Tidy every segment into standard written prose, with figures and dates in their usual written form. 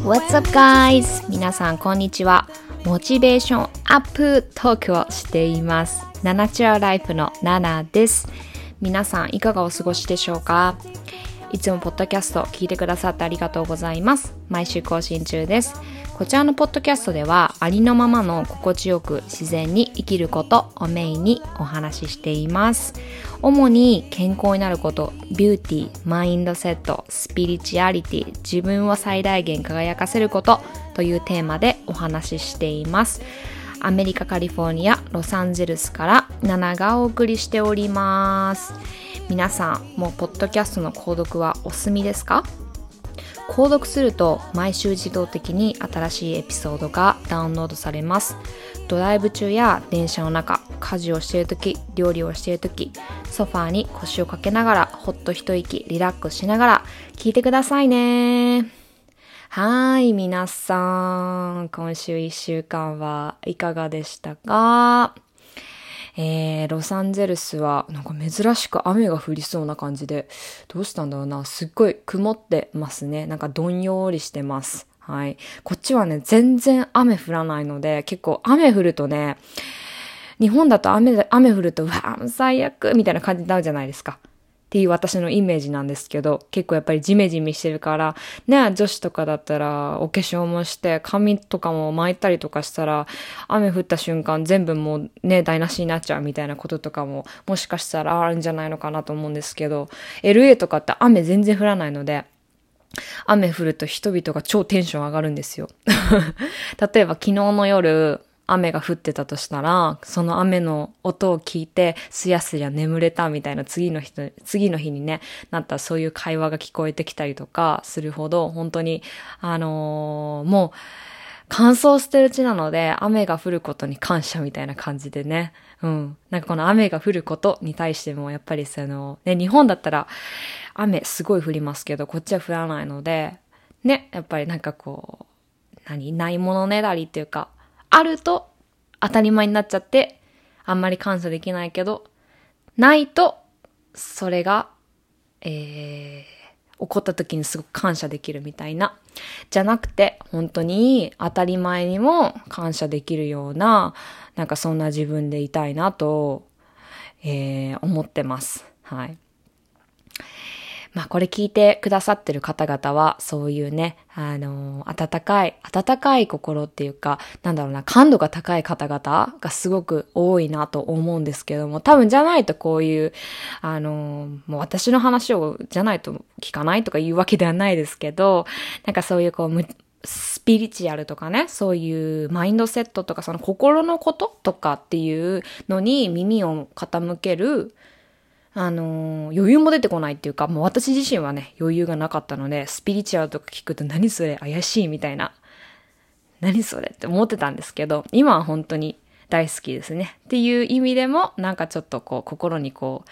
What's up guys? 皆さんこんにちは。モチベーションアップトークをしています。ナナチュラルライフのナナです。皆さんいかがお過ごしでしょうか？いつもポッドキャスト聞いてくださってありがとうございます。毎週更新中です。こちらのポッドキャストではありのままの心地よく自然に生きることをメインにお話ししています。主に健康になること、ビューティー、マインドセット、スピリチュアリティ、自分を最大限輝かせることというテーマでお話ししています。アメリカカリフォルニアロサンゼルスからナナがお送りしております。皆さんもうポッドキャストの購読はお済みですか？購読すると毎週自動的に新しいエピソードがダウンロードされます。ドライブ中や電車の中、家事をしているとき、料理をしているとき、ソファーに腰をかけながらほっと一息リラックスしながら聞いてくださいね。はい、皆さん今週1週間はいかがでしたか？ロサンゼルスはなんか珍しく雨が降りそうな感じで、どうしたんだろうな、すっごい曇ってますね。なんかどんよりしてます。はい。こっちはね、全然雨降らないので、結構雨降るとね、日本だと雨降ると、うわー最悪みたいな感じになるじゃないですか。っていう私のイメージなんですけど、結構やっぱりジメジメしてるから、ね、女子とかだったらお化粧もして髪とかも巻いたりとかしたら、雨降った瞬間全部もうね、台無しになっちゃうみたいなこととかももしかしたらあるんじゃないのかなと思うんですけど、LA とかって雨全然降らないので、雨降ると人々が超テンション上がるんですよ。例えば昨日の夜、雨が降ってたとしたら、その雨の音を聞いて、すやすや眠れたみたいな次の日にね、なったらそういう会話が聞こえてきたりとかするほど、本当に、もう、乾燥してる地なので、雨が降ることに感謝みたいな感じでね。うん。なんかこの雨が降ることに対しても、やっぱりね、日本だったら雨すごい降りますけど、こっちは降らないので、ね、やっぱりなんかこう、ないものねだりっていうか、あると当たり前になっちゃって、あんまり感謝できないけど、ないと、それが、起こった時にすごく感謝できるみたいな。じゃなくて、本当に当たり前にも感謝できるような、なんかそんな自分でいたいなと、思ってます。はい。まあこれ聞いてくださってる方々は、そういうね、温かい心っていうか、なんだろうな、感度が高い方々がすごく多いなと思うんですけども、多分じゃないとこういう、もう私の話をじゃないと聞かないとかいうわけではないですけど、なんかそういうこう、スピリチュアルとかね、そういうマインドセットとか、その心のこととかっていうのに耳を傾ける、余裕も出てこないっていうか、もう私自身はね、余裕がなかったので、スピリチュアルとか聞くと何それ怪しいみたいな、何それって思ってたんですけど、今は本当に大好きですね。っていう意味でも、なんかちょっとこう、心にこ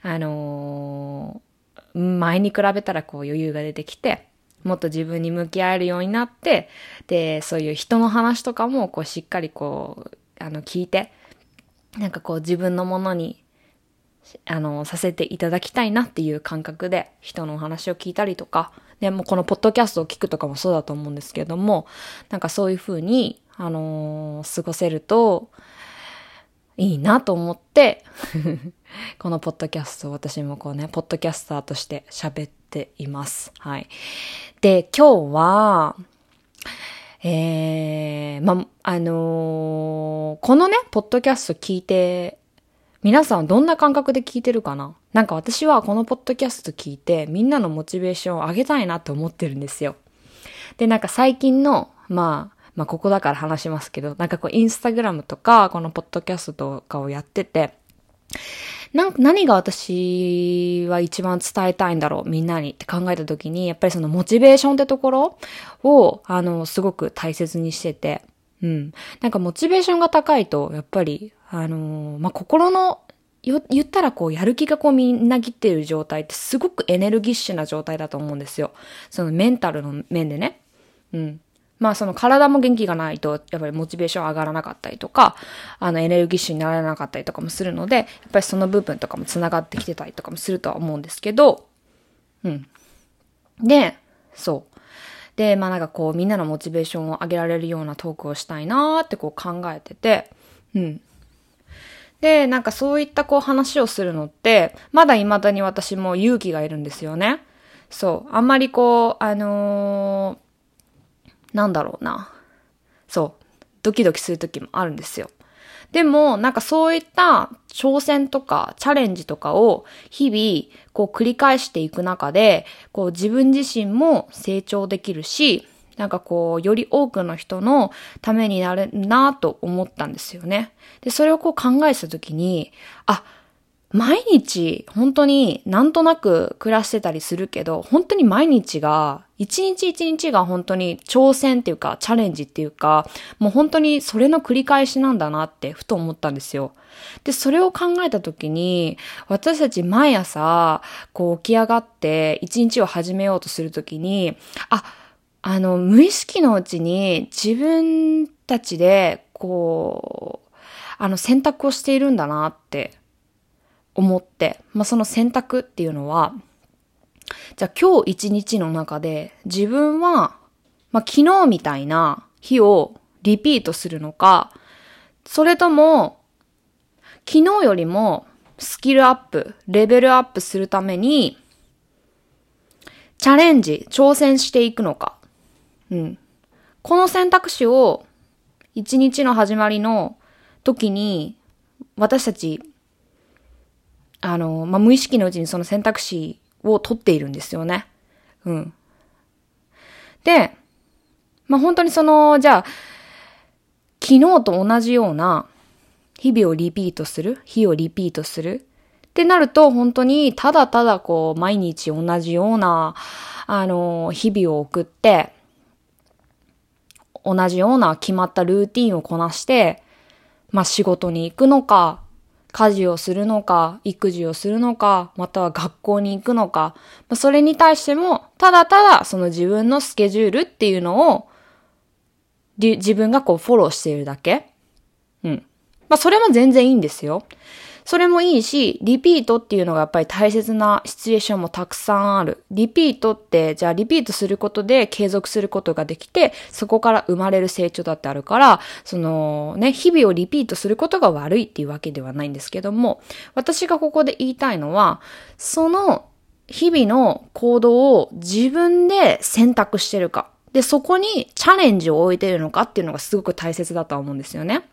う、前に比べたらこう余裕が出てきて、もっと自分に向き合えるようになって、で、そういう人の話とかもこうしっかりこう、聞いて、なんかこう自分のものにさせていただきたいなっていう感覚で人のお話を聞いたりとか、でもこのポッドキャストを聞くとかもそうだと思うんですけども、なんかそういう風に、過ごせるといいなと思って、このポッドキャストを私もこうね、ポッドキャスターとして喋っています。はい。で、今日は、このね、ポッドキャスト聞いて、皆さんどんな感覚で聞いてるかな？なんか私はこのポッドキャスト聞いてみんなのモチベーションを上げたいなって思ってるんですよ。で、なんか最近の、まあここだから話しますけど、なんかこうインスタグラムとかこのポッドキャストとかをやってて、何が私は一番伝えたいんだろうみんなにって考えた時に、やっぱりそのモチベーションってところを、すごく大切にしてて、うん。なんかモチベーションが高いと、やっぱり、心の、言ったらこう、やる気がこうみんなぎっている状態ってすごくエネルギッシュな状態だと思うんですよ。そのメンタルの面でね。うん。まあその体も元気がないと、やっぱりモチベーション上がらなかったりとか、エネルギッシュにならなかったりとかもするので、やっぱりその部分とかも繋がってきてたりとかもするとは思うんですけど、うん。で、そう。 で、まあなんかこうみんなのモチベーションを上げられるようなトークをしたいなーってこう考えてて、で、なんかそういったこう話をするのって、まだ未だに私も勇気がいるんですよね。そう。あんまりこう、なんだろうな。そう。ドキドキする時もあるんですよ。でも、なんかそういった挑戦とかチャレンジとかを日々こう繰り返していく中で、こう自分自身も成長できるし、なんかこう、より多くの人のためになるなと思ったんですよね。で、それをこう考えたときに、毎日本当になんとなく暮らしてたりするけど、本当に毎日が、一日一日が本当に挑戦っていうか、チャレンジっていうか、もう本当にそれの繰り返しなんだなってふと思ったんですよ。で、それを考えたときに、私たち毎朝、こう起き上がって一日を始めようとするときに、無意識のうちに自分たちで、こう、選択をしているんだなって思って、その選択っていうのは、じゃあ今日一日の中で自分は、昨日みたいな日をリピートするのか、それとも、昨日よりもスキルアップ、レベルアップするために、チャレンジ、挑戦していくのか。この選択肢を一日の始まりの時に私たち無意識のうちにその選択肢を取っているんですよね。で、本当にじゃあ昨日と同じような日々をリピートする、日をリピートするってなると本当にただただこう毎日同じような日々を送って同じような決まったルーティンをこなして、仕事に行くのか、家事をするのか、育児をするのか、または学校に行くのか、それに対しても、ただただその自分のスケジュールっていうのを、自分がこうフォローしているだけ。それも全然いいんですよ。それもいいし、リピートっていうのがやっぱり大切なシチュエーションもたくさんある。リピートって、じゃあリピートすることで継続することができて、そこから生まれる成長だってあるから、日々をリピートすることが悪いっていうわけではないんですけども、私がここで言いたいのは、その日々の行動を自分で選択してるか。で、そこにチャレンジを置いてるのかっていうのがすごく大切だと思うんですよね。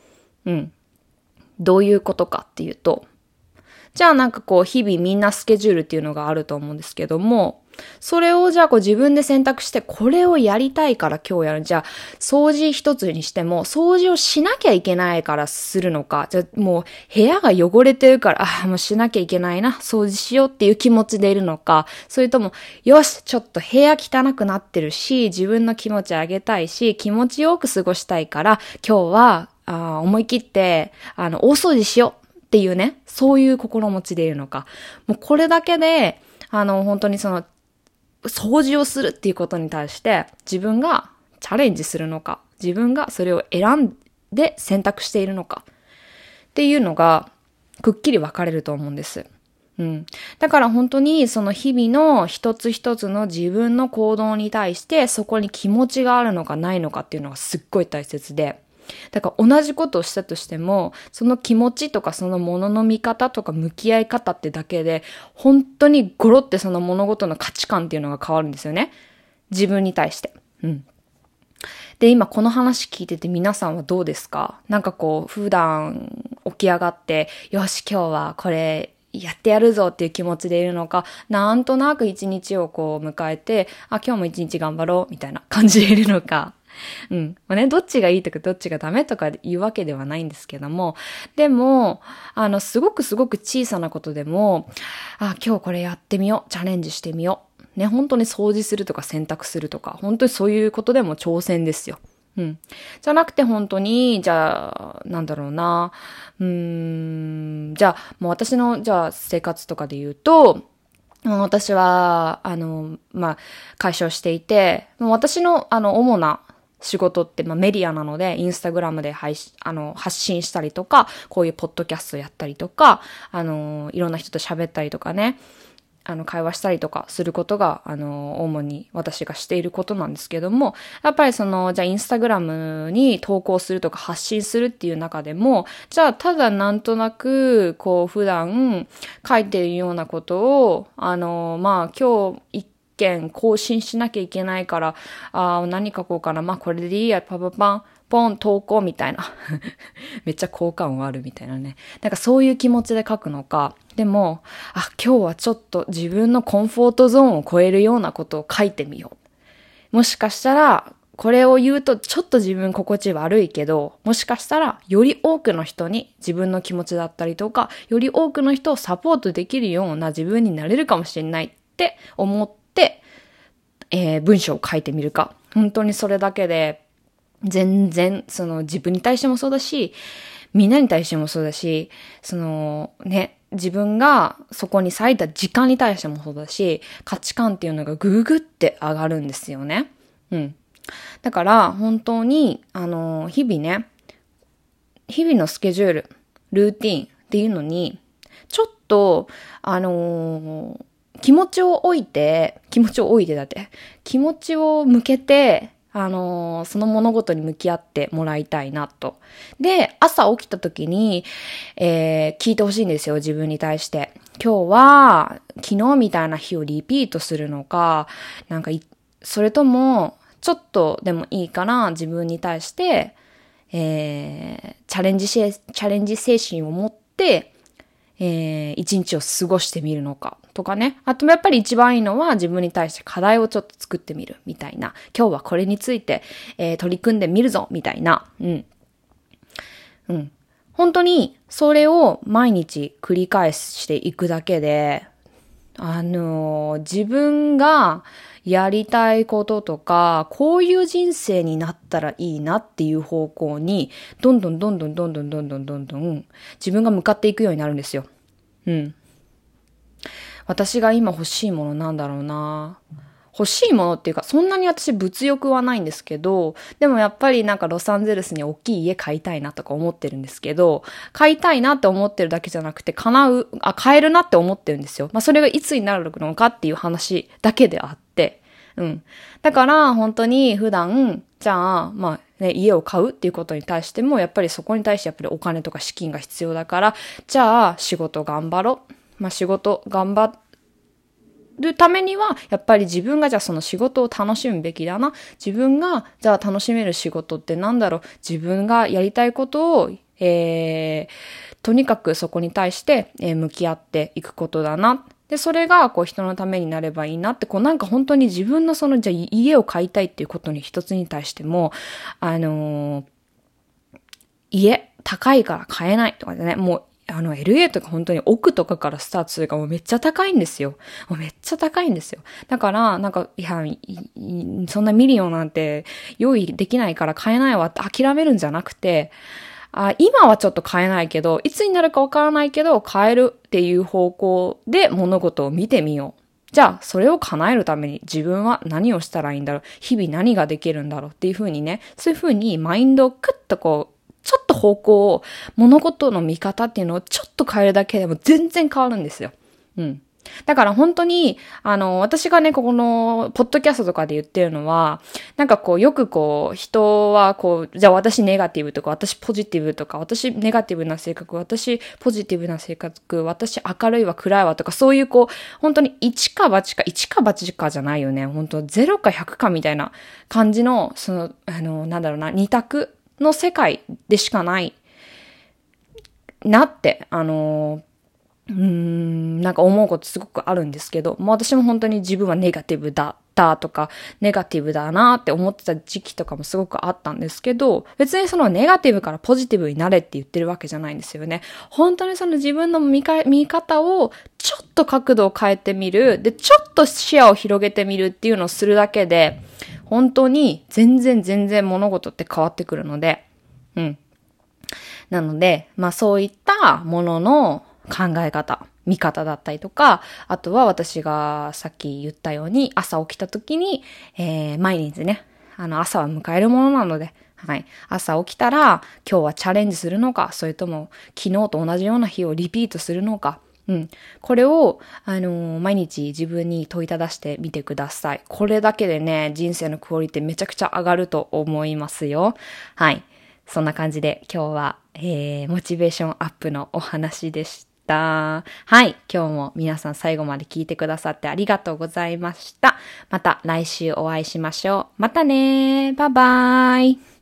どういうことかっていうと、じゃあ日々みんなスケジュールっていうのがあると思うんですけども、それをじゃあ自分で選択してこれをやりたいから今日やる。じゃあ掃除一つにしても掃除をしなきゃいけないからするのか、じゃあもう部屋が汚れてるからもうしなきゃいけないな、掃除しようっていう気持ちでいるのか、それともよしちょっと部屋汚くなってるし自分の気持ち上げたいし気持ちよく過ごしたいから今日は思い切って、大掃除しようっていうね、そういう心持ちでいるのか。もうこれだけで、本当に掃除をするっていうことに対して、自分がチャレンジするのか、自分がそれを選んで選択しているのか、っていうのが、くっきり分かれると思うんです。だから本当にその日々の一つ一つの自分の行動に対してそこに気持ちがあるのかないのかっていうのがすっごい大切で、だから同じことをしたとしても、その気持ちとかそのものの見方とか向き合い方ってだけで、本当にゴロってその物事の価値観っていうのが変わるんですよね。自分に対して。で、今この話聞いてて皆さんはどうですか？普段起き上がって、よし今日はこれやってやるぞっていう気持ちでいるのか、なんとなく一日を迎えて、今日も一日頑張ろうみたいな感じでいるのか。どっちがいいとかどっちがダメとか言うわけではないんですけども、でも、すごく小さなことでも、今日これやってみよう、チャレンジしてみよう。ね、本当に掃除するとか洗濯するとか、本当にそういうことでも挑戦ですよ。じゃなくて本当に、じゃあ、じゃあ、もう私の、じゃあ生活とかで言うと、私は、解消していて、私の、主な仕事って、メディアなので、インスタグラムで発信したりとか、こういうポッドキャストやったりとか、いろんな人と喋ったりとかね、 会話したりとかすることが、主に私がしていることなんですけども、やっぱりじゃあインスタグラムに投稿するとか発信するっていう中でも、じゃあただなんとなく、普段書いているようなことを、今日一件更新しなきゃいけないから、何書こうかな、これでいいや、パパパン、ポン、投稿みたいな。めっちゃ好感はあるみたいなね。そういう気持ちで書くのか。でも、今日はちょっと自分のコンフォートゾーンを超えるようなことを書いてみよう。もしかしたら、これを言うとちょっと自分心地悪いけど、もしかしたらより多くの人に自分の気持ちだったりとか、より多くの人をサポートできるような自分になれるかもしれないって思って、文章を書いてみるか。本当にそれだけで、全然、自分に対してもそうだし、みんなに対してもそうだし、自分がそこに割いた時間に対してもそうだし、価値観っていうのがぐぐって上がるんですよね。だから、本当に、日々のスケジュール、ルーティンっていうのに、ちょっと、気持ちを向けて、その物事に向き合ってもらいたいなと。で、朝起きた時に、聞いてほしいんですよ、自分に対して。今日は、昨日みたいな日をリピートするのか、それとも、ちょっとでもいいから自分に対して、チャレンジ精神を持って、一日を過ごしてみるのかとかね。あとやっぱり一番いいのは自分に対して課題をちょっと作ってみるみたいな。今日はこれについて、取り組んでみるぞみたいな。本当にそれを毎日繰り返していくだけで、自分がやりたいこととか、こういう人生になったらいいなっていう方向に、どんどん自分が向かっていくようになるんですよ。私が今欲しいものなんだろうな。欲しいものっていうか、そんなに私物欲はないんですけど、でもやっぱりロサンゼルスに大きい家買いたいなとか思ってるんですけど、買いたいなって思ってるだけじゃなくて、買えるなって思ってるんですよ。それがいつになるのかっていう話だけであって、だから本当に普段、じゃあ、家を買うっていうことに対しても、やっぱりそこに対してやっぱりお金とか資金が必要だから、じゃあ仕事頑張ろう。仕事頑張るためには、やっぱり自分がじゃあその仕事を楽しむべきだな。自分がじゃあ楽しめる仕事ってなんだろう。自分がやりたいことを、とにかくそこに対して、向き合っていくことだな。で、それが人のためになればいいなって、本当に自分のじゃあ家を買いたいっていうことに一つに対しても、家高いから買えないとかでね、もうLA とか本当に奥とかからスタートするからもうめっちゃ高いんですよ。もうめっちゃ高いんですよ。だから、そんなミリオンなんて用意できないから買えないわって諦めるんじゃなくて、今はちょっと買えないけど、いつになるかわからないけど、買えるっていう方向で物事を見てみよう。じゃあ、それを叶えるために自分は何をしたらいいんだろう。日々何ができるんだろうっていう風にね、そういう風にマインドをクッとちょっと方向を、物事の見方っていうのをちょっと変えるだけでも全然変わるんですよ。だから本当に、私がね、ここの、ポッドキャストとかで言ってるのは、よく人はじゃあ私ネガティブとか、私ポジティブとか、私ネガティブな性格、私ポジティブな性格、私明るいわ暗いわとか、そういう本当に一か八かじゃないよね。本当0か100かみたいな感じの、二択の世界でしかないなって、思うことすごくあるんですけど、私も本当に自分はネガティブだったとか、ネガティブだなって思ってた時期とかもすごくあったんですけど、別にそのネガティブからポジティブになれって言ってるわけじゃないんですよね。本当にその自分の見方をちょっと角度を変えてみる。で、ちょっと視野を広げてみるっていうのをするだけで、本当に全然物事って変わってくるので、なので、そういったものの考え方、見方だったりとか、あとは私がさっき言ったように朝起きた時に、毎日ね、朝は迎えるものなので、朝起きたら今日はチャレンジするのか、それとも昨日と同じような日をリピートするのか、 これを、毎日自分に問いただしてみてください。これだけでね、人生のクオリティめちゃくちゃ上がると思いますよ。はい。そんな感じで今日は、モチベーションアップのお話でした。はい。今日も皆さん最後まで聞いてくださってありがとうございました。また来週お会いしましょう。またねー。バイバイ。